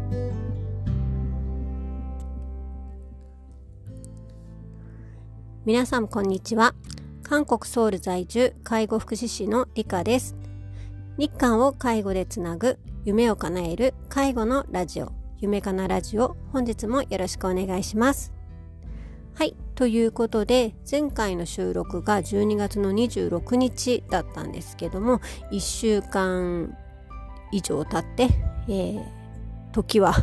皆さんこんにちは。韓国ソウル在住介護福祉士のリカです。日韓を介護でつなぐ夢を叶える介護のラジオ、夢かなラジオ、本日もよろしくお願いします。はい、ということで前回の収録が12月の26日だったんですけども、1週間以上経って、時は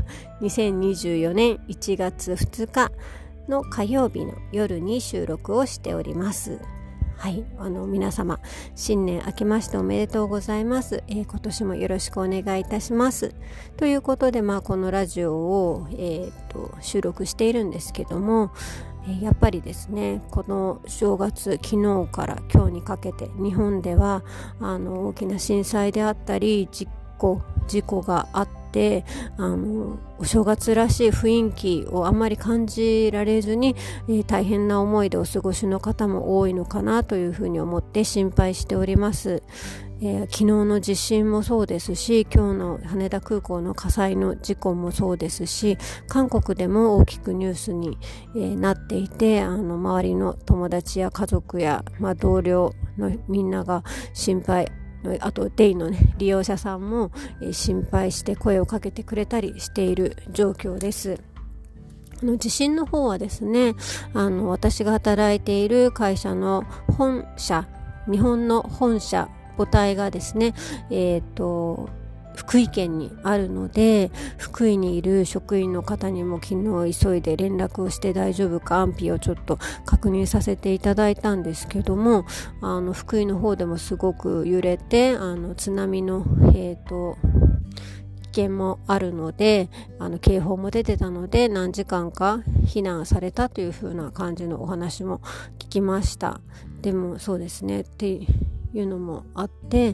2024年1月2日の火曜日の夜に収録をしております。はい、皆様新年明けましておめでとうございます。今年もよろしくお願いいたします。ということで、このラジオを、収録しているんですけども、やっぱりですね、この正月、昨日から今日にかけて日本では大きな震災であったり事故があってお正月らしい雰囲気をあんまり感じられずに、大変な思いでお過ごしの方も多いのかなというふうに思って心配しております。昨日の地震もそうですし、今日の羽田空港の火災の事故もそうですし、韓国でも大きくニュースに、なっていて、周りの友達や家族や、同僚のみんなが心配、あとデイの、利用者さんも、心配して声をかけてくれたりしている状況です。地震の方はですね、私が働いている会社の日本の本社母体がですね、福井県にあるので、福井にいる職員の方にも昨日急いで連絡をして大丈夫か安否をちょっと確認させていただいたんですけども、福井の方でもすごく揺れて津波の危険もあるので、警報も出てたので何時間か避難されたという風な感じのお話も聞きました。でもそうですねっていうのもあって、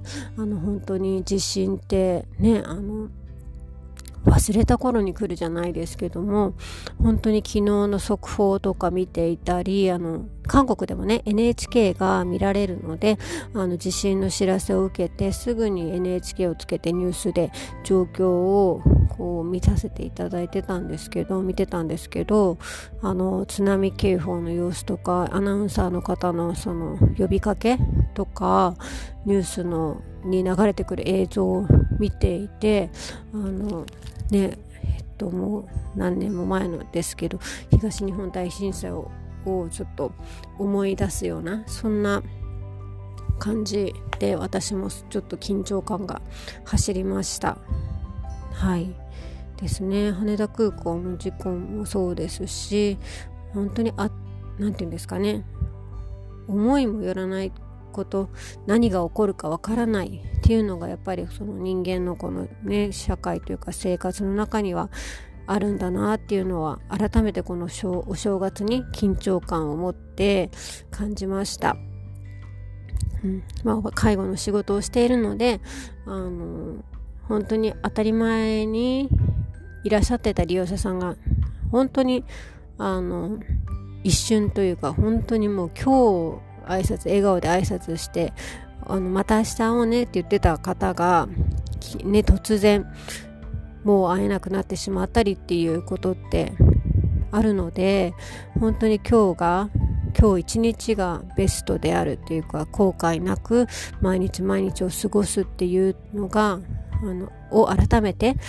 本当に地震ってね、忘れた頃に来るじゃないですけども、本当に昨日の速報とか見ていたり、韓国でもね NHK が見られるので、地震の知らせを受けてすぐに NHK をつけてニュースで状況をこう見させていただいてたんですけど、津波警報の様子とかアナウンサーの方のその呼びかけとかニュースに流れてくる映像を見ていて、もう何年も前のですけど、東日本大震災をちょっと思い出すような、そんな感じで私もちょっと緊張感が走りました。はいですね。羽田空港の事故もそうですし、本当になんていうんですかね、思いもよらないこと、何が起こるかわからないっていうのがやっぱりその人間のこのね、社会というか生活の中にはあるんだなっていうのは改めてこのお正月に緊張感を持って感じました。介護の仕事をしているので、本当に当たり前にいらっしゃってた利用者さんが本当に一瞬というか、本当にもう今日笑顔で挨拶してまた明日会おうねって言ってた方がね、突然もう会えなくなってしまったりっていうことってあるので、本当に今日一日がベストであるっていうか、後悔なく毎日毎日を過ごすっていうのがを改めて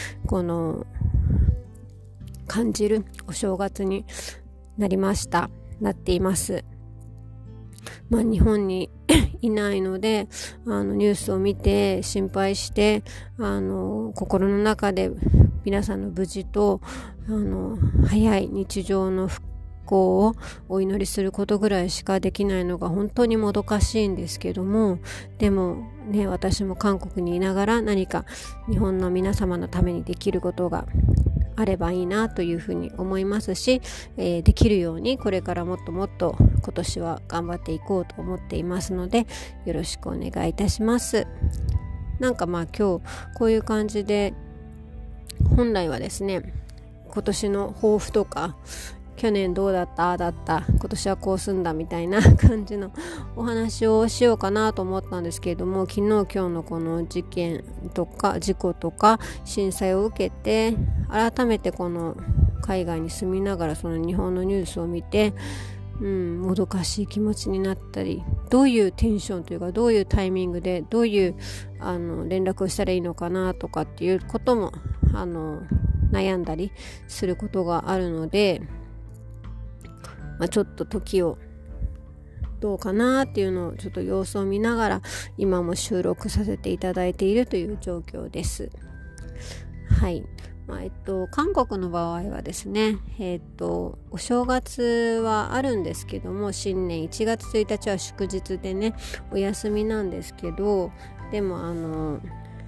感じるお正月になっています。日本にいないのでニュースを見て心配して心の中で皆さんの無事と早い日常の復興をお祈りすることぐらいしかできないのが本当にもどかしいんですけども、でもね、私も韓国にいながら何か日本の皆様のためにできることがあればいいなというふうに思いますし、できるようにこれからもっともっと今年は頑張っていこうと思っていますので、よろしくお願いいたします。今日こういう感じで、本来はですね、今年の抱負とか去年どうだったああだった今年はこうすんだみたいな感じのお話をしようかなと思ったんですけれども、昨日今日のこの事件とか事故とか震災を受けて改めてこの海外に住みながらその日本のニュースを見てもどかしい気持ちになったり、どういうテンションというかどういうタイミングでどういう連絡をしたらいいのかなとかっていうことも悩んだりすることがあるので、ちょっと時をどうかなっていうのをちょっと様子を見ながら今も収録させていただいているという状況です。はい。韓国の場合はですね、お正月はあるんですけども、新年1月1日は祝日でねお休みなんですけど、でも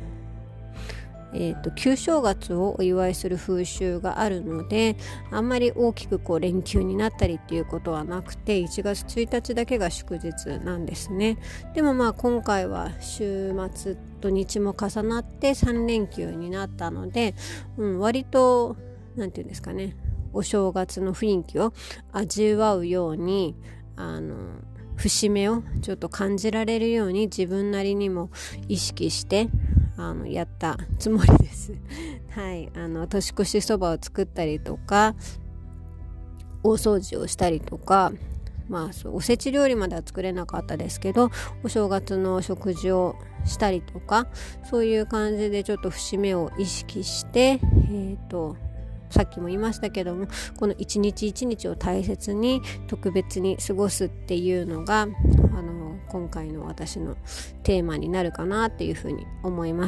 旧正月をお祝いする風習があるので、あんまり大きく連休になったりっていうことはなくて、1月1日だけが祝日なんですね。でも今回は週末土日も重なって3連休になったので、割となんていうんですかね、お正月の雰囲気を味わうように節目をちょっと感じられるように自分なりにも意識してやったつもりです。はい、年越しそばを作ったりとか大掃除をしたりとか、おせち料理までは作れなかったですけど、お正月の食事をしたりとか、そういう感じでちょっと節目を意識してさっきも言いましたけども、この一日一日を大切に特別に過ごすっていうのが今回の私のテーマになるかなっていうふうに思います。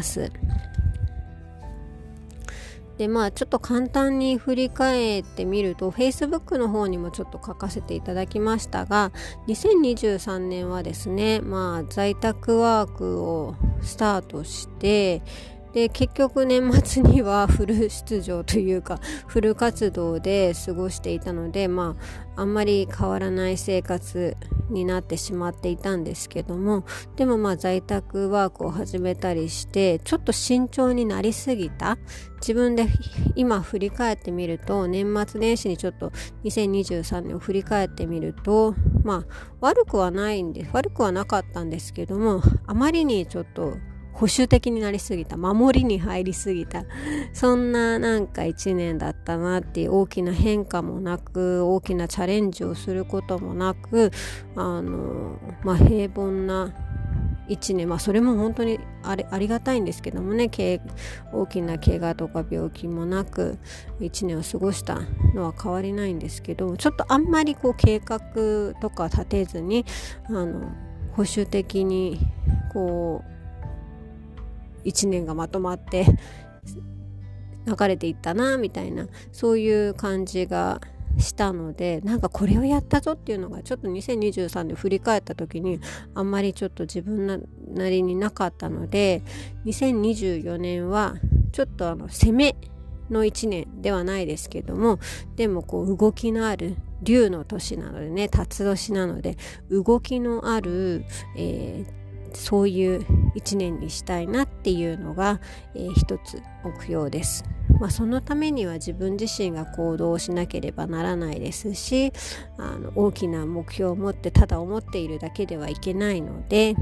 でちょっと簡単に振り返ってみると Facebook の方にもちょっと書かせていただきましたが、2023年はですね、在宅ワークをスタートして、で結局年末にはフル出場というかフル活動で過ごしていたので、あんまり変わらない生活になってしまっていたんですけども、でも在宅ワークを始めたりしてちょっと慎重になりすぎた、自分で今振り返ってみると、年末年始にちょっと2023年を振り返ってみると悪くはなかったんですけども、あまりにちょっと保守的になりすぎた、守りに入りすぎた、そんな1年だったなっていう、大きな変化もなく大きなチャレンジをすることもなく平凡な1年、それも本当にありがたいんですけどもね、大きな怪我とか病気もなく1年を過ごしたのは変わりないんですけど、ちょっとあんまり計画とか立てずに保守的に1年がまとまって流れていったなみたいな、そういう感じがしたので、これをやったぞっていうのがちょっと2023年振り返った時にあんまりちょっと自分なりになかったので、2024年はちょっと攻めの1年ではないですけども、でも動きのある龍の年なのでね、辰年なので動きのある、そういう1年にしたいなっていうのが、一つ目標です。そのためには自分自身が行動しなければならないですし、大きな目標を持ってただ思っているだけではいけないので、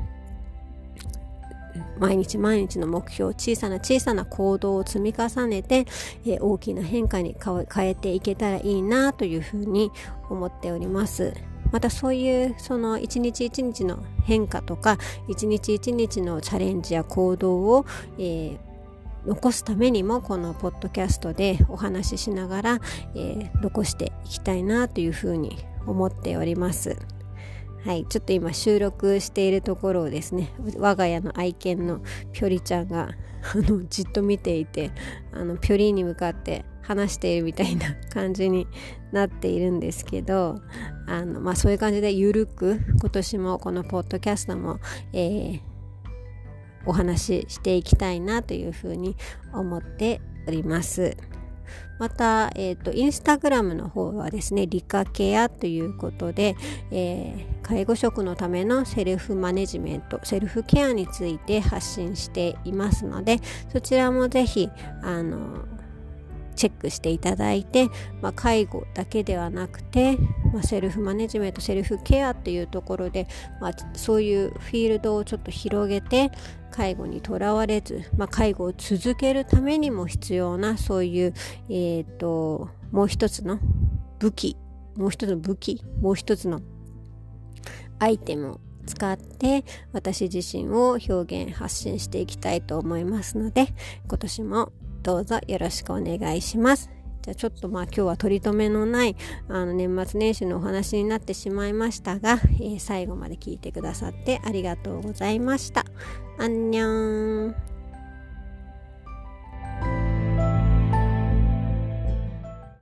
毎日毎日の目標、小さな行動を積み重ねて、大きな変化に変えていけたらいいなというふうに思っております。またそういうその一日一日の変化とか一日一日のチャレンジや行動を、残すためにもこのポッドキャストでお話ししながら、残していきたいなというふうに思っております。はい、ちょっと今収録しているところをですね、我が家の愛犬のぴょりちゃんがじっと見ていて、ぴょりに向かって話しているみたいな感じになっているんですけど、そういう感じでゆるく今年もこのポッドキャストも、お話ししていきたいなというふうに思っております。また、インスタグラムの方はですね、リカケアということで、介護職のためのセルフマネジメント、セルフケアについて発信していますので、そちらもぜひチェックしていただいて、介護だけではなくて、セルフマネジメント、セルフケアっていうところで、そういうフィールドをちょっと広げて、介護にとらわれず、介護を続けるためにも必要なそういう、もう一つの武器、もう一つのアイテムを使って私自身を表現発信していきたいと思いますので、今年もどうぞよろしくお願いします。じゃあちょっと今日は取り留めのない年末年始のお話になってしまいましたが、最後まで聞いてくださってありがとうございました。アンニョン。